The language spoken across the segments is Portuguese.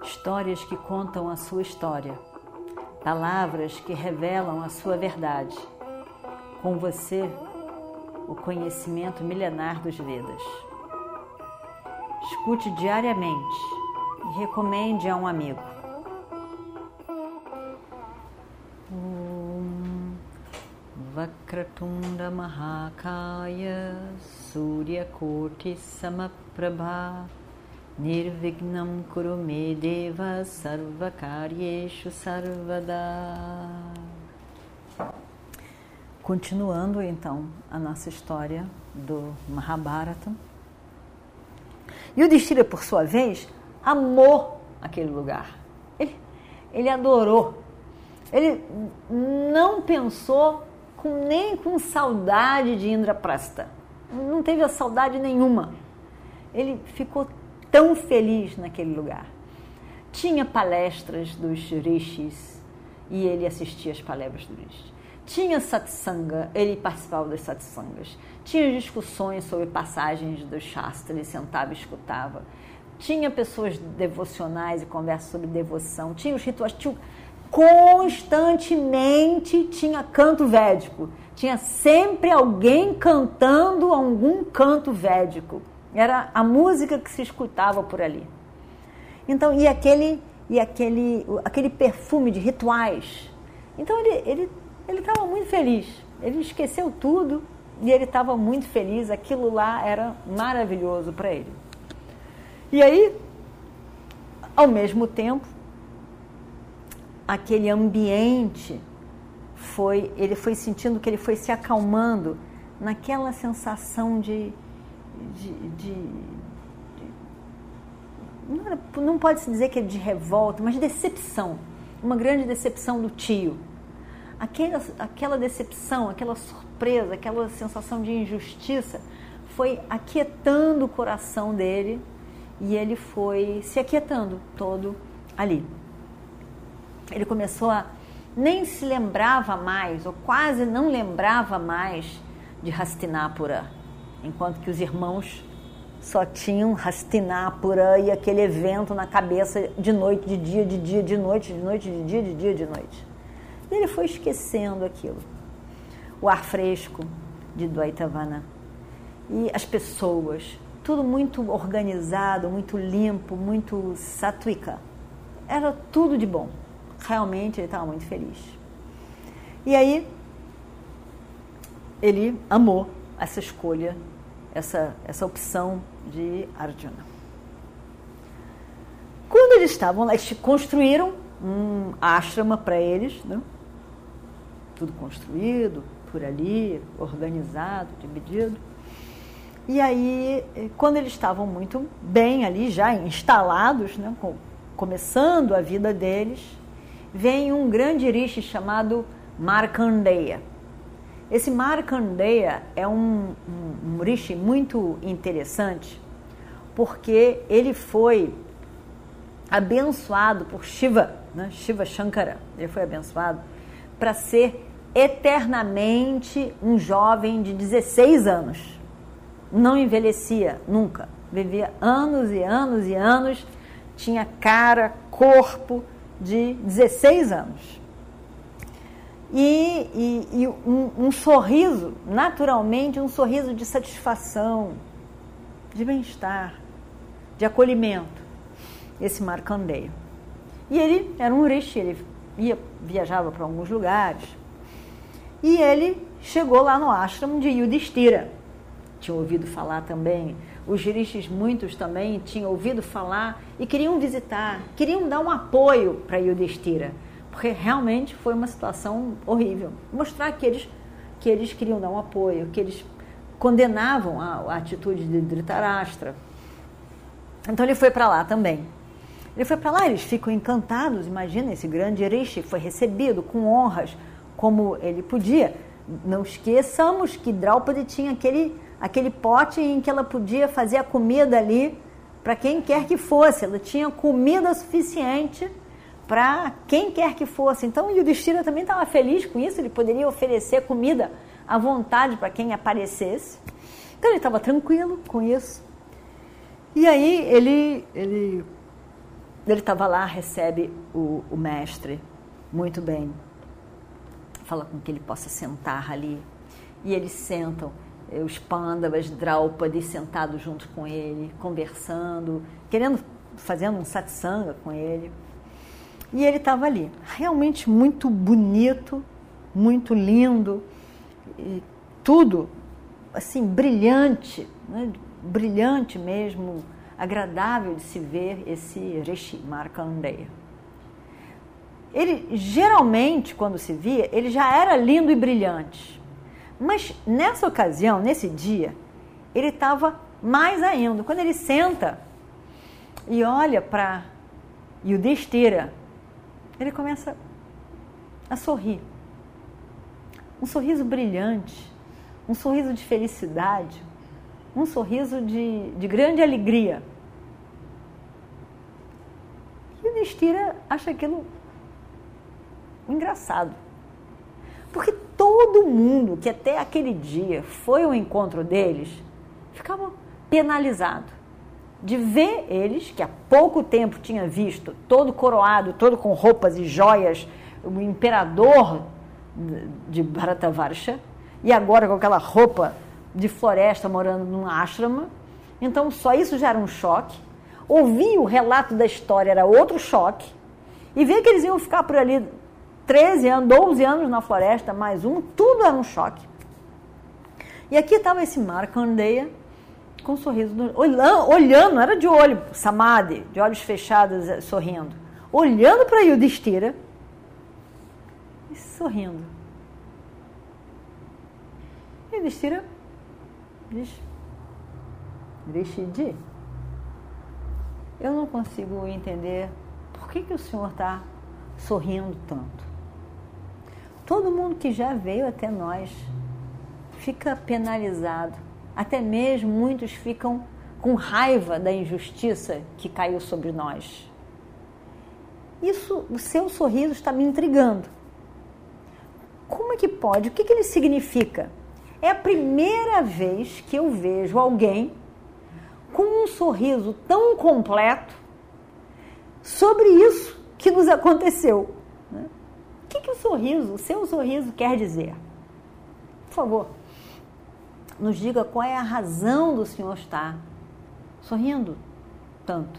histórias que contam a sua história, palavras que revelam a sua verdade. Com você, o conhecimento milenar dos Vedas. Escute diariamente e recomende a um amigo. Om Vakratunda Mahakaya Suryakoti Samaprabha Nirvignam Kurume Deva Sarvakaryeshu Sarvada. Continuando então a nossa história do Mahabharata. Yudhishthira, por sua vez, amou aquele lugar. Ele adorou. Ele não pensou nem com saudade de Indraprastha. Não teve a saudade nenhuma. Ele ficou tão feliz naquele lugar. Tinha palestras dos rishis e ele assistia às palestras dos rishis. Tinha satsanga, ele participava das satsangas. Tinha discussões sobre passagens do Shastra, ele sentava e escutava. Tinha pessoas devocionais e conversas sobre devoção. Tinha os rituais, constantemente tinha canto védico. Tinha sempre alguém cantando algum canto védico. Era a música que se escutava por ali. Então, e aquele perfume de rituais. Então, ele estava muito feliz. Ele esqueceu tudo e ele estava muito feliz. Aquilo lá era maravilhoso para ele. E aí, ao mesmo tempo, aquele ambiente ele foi sentindo que ele foi se acalmando naquela sensação não pode se dizer que é de revolta, mas de decepção, uma grande decepção do tio. Aquela decepção, aquela surpresa, aquela sensação de injustiça foi aquietando o coração dele e ele foi se aquietando todo ali. Ele começou nem se lembrava mais, ou quase não lembrava mais de Hastinapura, enquanto que os irmãos só tinham Hastinapura e aquele evento na cabeça de noite, de dia, de dia, de noite, de noite, de dia, de dia, de noite. E ele foi esquecendo aquilo. O ar fresco de Dvaitavana e as pessoas, tudo muito organizado, muito limpo, muito sattvica. Era tudo de bom. Realmente ele estava muito feliz. E aí ele amou essa escolha, essa opção de Arjuna. Quando eles estavam lá, eles construíram um ashrama para eles, né? Tudo construído, por ali, organizado, dividido. E aí, quando eles estavam muito bem ali, já instalados, né? Começando a vida deles, vem um grande rishi chamado Markandeya. Esse Markandeya é um rishi muito interessante, porque ele foi abençoado por Shiva, né? Shiva Shankara. Ele foi abençoado para ser eternamente um jovem de 16 anos. Não envelhecia nunca. Vivia anos e anos e anos, tinha cara, corpo de 16 anos. E um sorriso, naturalmente, um sorriso de satisfação, de bem-estar, de acolhimento, esse Markandeya. E ele era um rishi, ele viajava para alguns lugares, e ele chegou lá no ashram de Yudhishthira. Tinha ouvido falar também, os rishis, muitos também, tinham ouvido falar e queriam visitar, queriam dar um apoio para Yudhishthira, porque realmente foi uma situação horrível. Mostrar que eles queriam dar um apoio, que eles condenavam a atitude de Dhritarashtra. Então ele foi para lá também. Ele foi para lá, eles ficam encantados. Imagina, esse grande rishi foi recebido com honras como ele podia. Não esqueçamos que Draupadi tinha aquele pote em que ela podia fazer a comida ali para quem quer que fosse. Ela tinha comida suficiente para quem quer que fosse. Então, o Yudhishthira também estava feliz com isso. Ele poderia oferecer comida à vontade para quem aparecesse. Então, ele estava tranquilo com isso. E aí, ele Ele estava lá, recebe o mestre muito bem, fala com que ele possa sentar ali, e eles sentam, os Pandavas, Draupadi sentados junto com ele, conversando, fazendo um satsanga com ele, e ele estava ali, realmente muito bonito, muito lindo, e tudo assim, brilhante, né? Brilhante mesmo, agradável de se ver esse Rishi, Markandeya. Ele, geralmente, quando se via, ele já era lindo e brilhante. Mas, nessa ocasião, nesse dia, ele estava mais ainda. Quando ele senta e olha para Yudhishthira, ele começa a sorrir. Um sorriso brilhante, um sorriso de felicidade, um sorriso de grande alegria. E o Yudhishthira acha aquilo engraçado. Porque todo mundo que até aquele dia foi ao encontro deles, ficava penalizado de ver eles, que há pouco tempo tinha visto, todo coroado, todo com roupas e joias, o imperador de Bharatavarsha, e agora com aquela roupa de floresta morando num ashrama. Então só isso já era um choque. Ouvir o relato da história era outro choque. E ver que eles iam ficar por ali 13 anos, 12 anos na floresta, mais um, tudo era um choque. E aqui estava esse Markandeya com um sorriso, olhando, não era de olho, samadhi, de olhos fechados, sorrindo, olhando para Yudhishthira e sorrindo. E Yudhishthira diz: Rishiji, eu não consigo entender por que o senhor está sorrindo tanto. Todo mundo que já veio até nós fica penalizado. Até mesmo muitos ficam com raiva da injustiça que caiu sobre nós. Isso, o seu sorriso está me intrigando. Como é que pode? O que ele significa? É a primeira vez que eu vejo alguém com um sorriso tão completo sobre isso que nos aconteceu. Né? O que o seu sorriso quer dizer? Por favor, nos diga qual é a razão do senhor estar sorrindo tanto.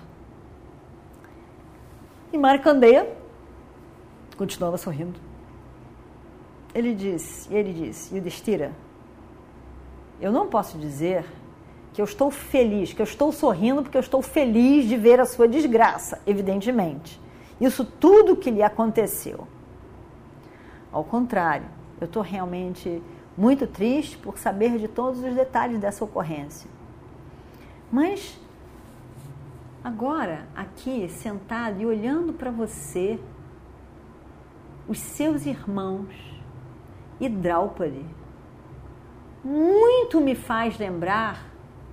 E Markandeya continuava sorrindo. Ele disse, Yudhishthira, eu não posso dizer que eu estou feliz, que eu estou sorrindo porque eu estou feliz de ver a sua desgraça, evidentemente. Isso tudo que lhe aconteceu. Ao contrário, eu estou realmente muito triste por saber de todos os detalhes dessa ocorrência. Mas, agora, aqui, sentado e olhando para você, os seus irmãos e Draupadi, muito me faz lembrar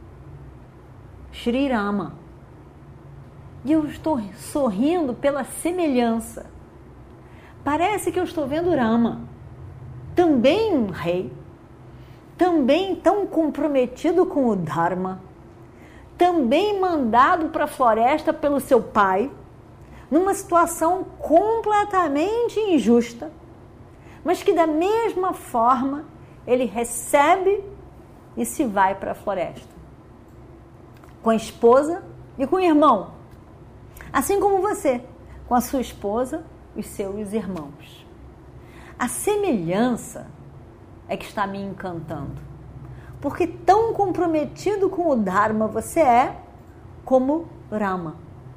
Shri Rama. E eu estou sorrindo pela semelhança. Parece que eu estou vendo Rama, também um rei, também tão comprometido com o Dharma, também mandado para a floresta pelo seu pai, numa situação completamente injusta, mas que da mesma forma ele recebe e se vai para a floresta, com a esposa e com o irmão, assim como você, com a sua esposa e os seus irmãos. A semelhança é que está me encantando, porque tão comprometido com o Dharma você é como Rama.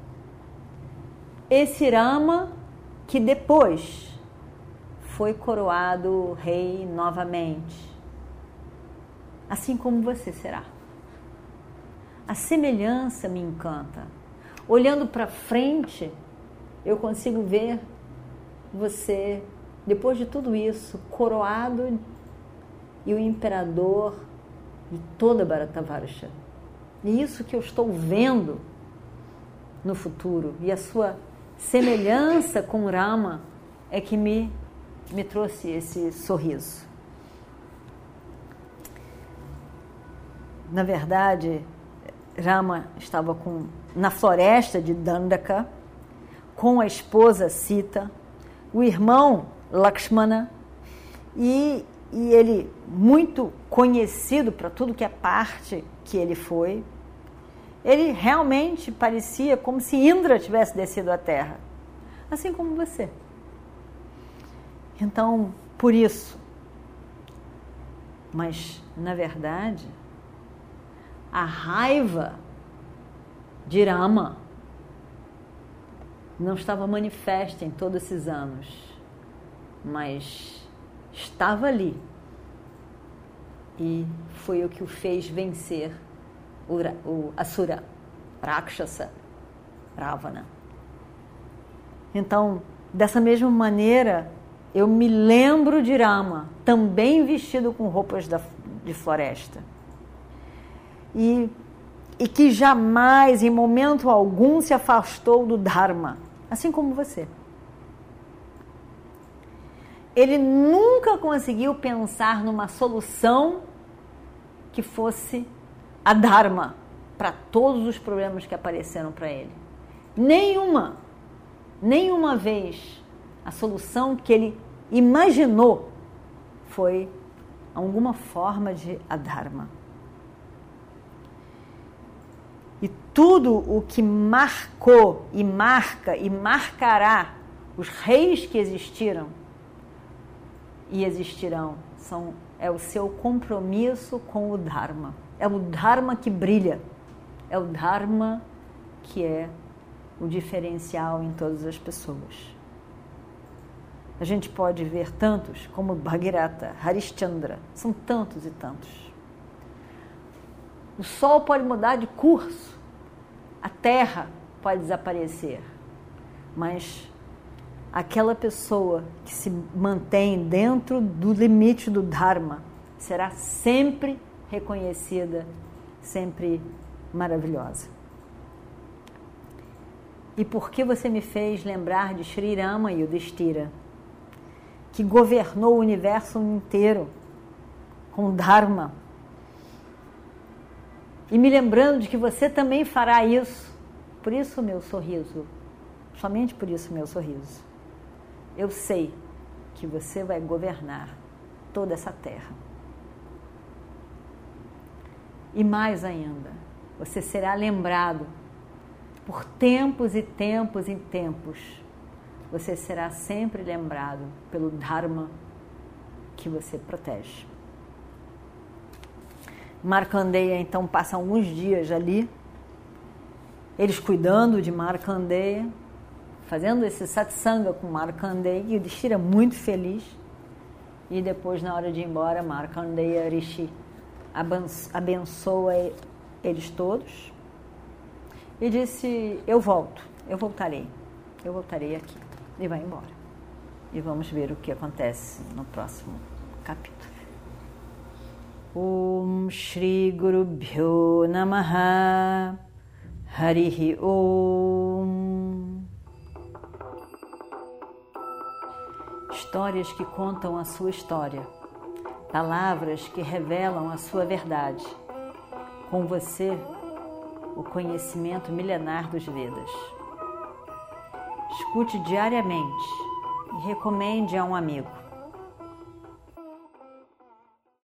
Esse Rama que depois foi coroado rei novamente, assim como você será. A semelhança me encanta. Olhando para frente, eu consigo ver você, depois de tudo isso, coroado e o imperador de toda Bharatavarsha. E isso que eu estou vendo no futuro. E a sua semelhança com Rama é que me trouxe esse sorriso. Na verdade, Rama estava na floresta de Dandaka, com a esposa Sita, o irmão Lakshmana, e ele muito conhecido para tudo que é parte que ele foi. Ele realmente parecia como se Indra tivesse descido à terra, assim como você. Então, por isso, mas na verdade, a raiva de Rama não estava manifesta em todos esses anos, mas estava ali, e foi o que o fez vencer o Asura, Rakshasa, Ravana. Então, dessa mesma maneira, eu me lembro de Rama, também vestido com roupas de floresta, e que jamais, em momento algum, se afastou do Dharma, assim como você. Ele nunca conseguiu pensar numa solução que fosse a Dharma para todos os problemas que apareceram para ele. Nenhuma vez a solução que ele imaginou foi alguma forma de adharma. E tudo o que marcou e marca e marcará os reis que existiram e existirão é o seu compromisso com o Dharma. É o Dharma que brilha, é o Dharma que é o diferencial em todas as pessoas. A gente pode ver tantos como Bhagirata, Harishchandra, são tantos e tantos. O sol pode mudar de curso, a terra pode desaparecer, mas aquela pessoa que se mantém dentro do limite do Dharma será sempre reconhecida, sempre maravilhosa. E por que você me fez lembrar de Sri Rama e Yudhishthira, que governou o universo inteiro com Dharma, e me lembrando de que você também fará isso? Por isso o meu sorriso, somente por isso o meu sorriso. Eu sei que você vai governar toda essa terra. E mais ainda, você será lembrado por tempos e tempos e tempos. Você será sempre lembrado pelo Dharma que você protege. Markandeya, então, passa alguns dias ali, eles cuidando de Markandeya, fazendo esse satsanga com Markandeya, e Yudhishthira muito feliz. E depois, na hora de ir embora, Markandeya Rishi abençoa eles todos e disse: eu voltarei aqui. E vai embora. E vamos ver o que acontece no próximo capítulo. Om Shri Guru Bhyo Namaha Harihi Om. Histórias que contam a sua história, palavras que revelam a sua verdade. Com você, o conhecimento milenar dos Vedas. Escute diariamente e recomende a um amigo.